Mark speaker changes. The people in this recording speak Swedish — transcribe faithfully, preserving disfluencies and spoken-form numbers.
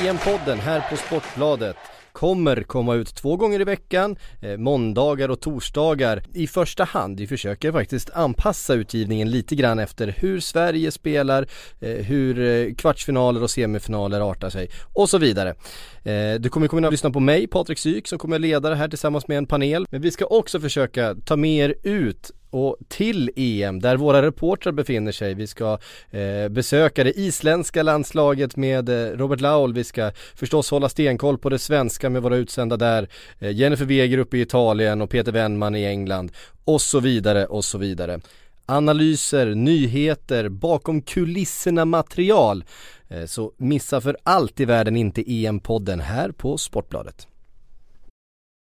Speaker 1: E M-podden här på Sportbladet kommer komma ut två gånger i veckan, eh, måndagar och torsdagar i första hand. Vi försöker faktiskt anpassa utgivningen lite grann efter hur Sverige spelar, eh, hur eh, kvartsfinaler och semifinaler artar sig och så vidare. Eh, du kommer kunna lyssna på mig, Patrik Syk, som kommer leda det här tillsammans med en panel. Men vi ska också försöka ta med er ut och till E M där våra reportrar befinner sig. Vi ska eh, besöka det isländska landslaget med eh, Robert Laul. Vi ska förstås hålla stenkoll på det svenska med våra utsända där. Eh, Jennifer Weger uppe i Italien och Peter Wennman i England och så vidare och så vidare. Analyser, nyheter, bakom kulisserna material. Eh, så missa för allt i världen inte E M-podden här på Sportbladet.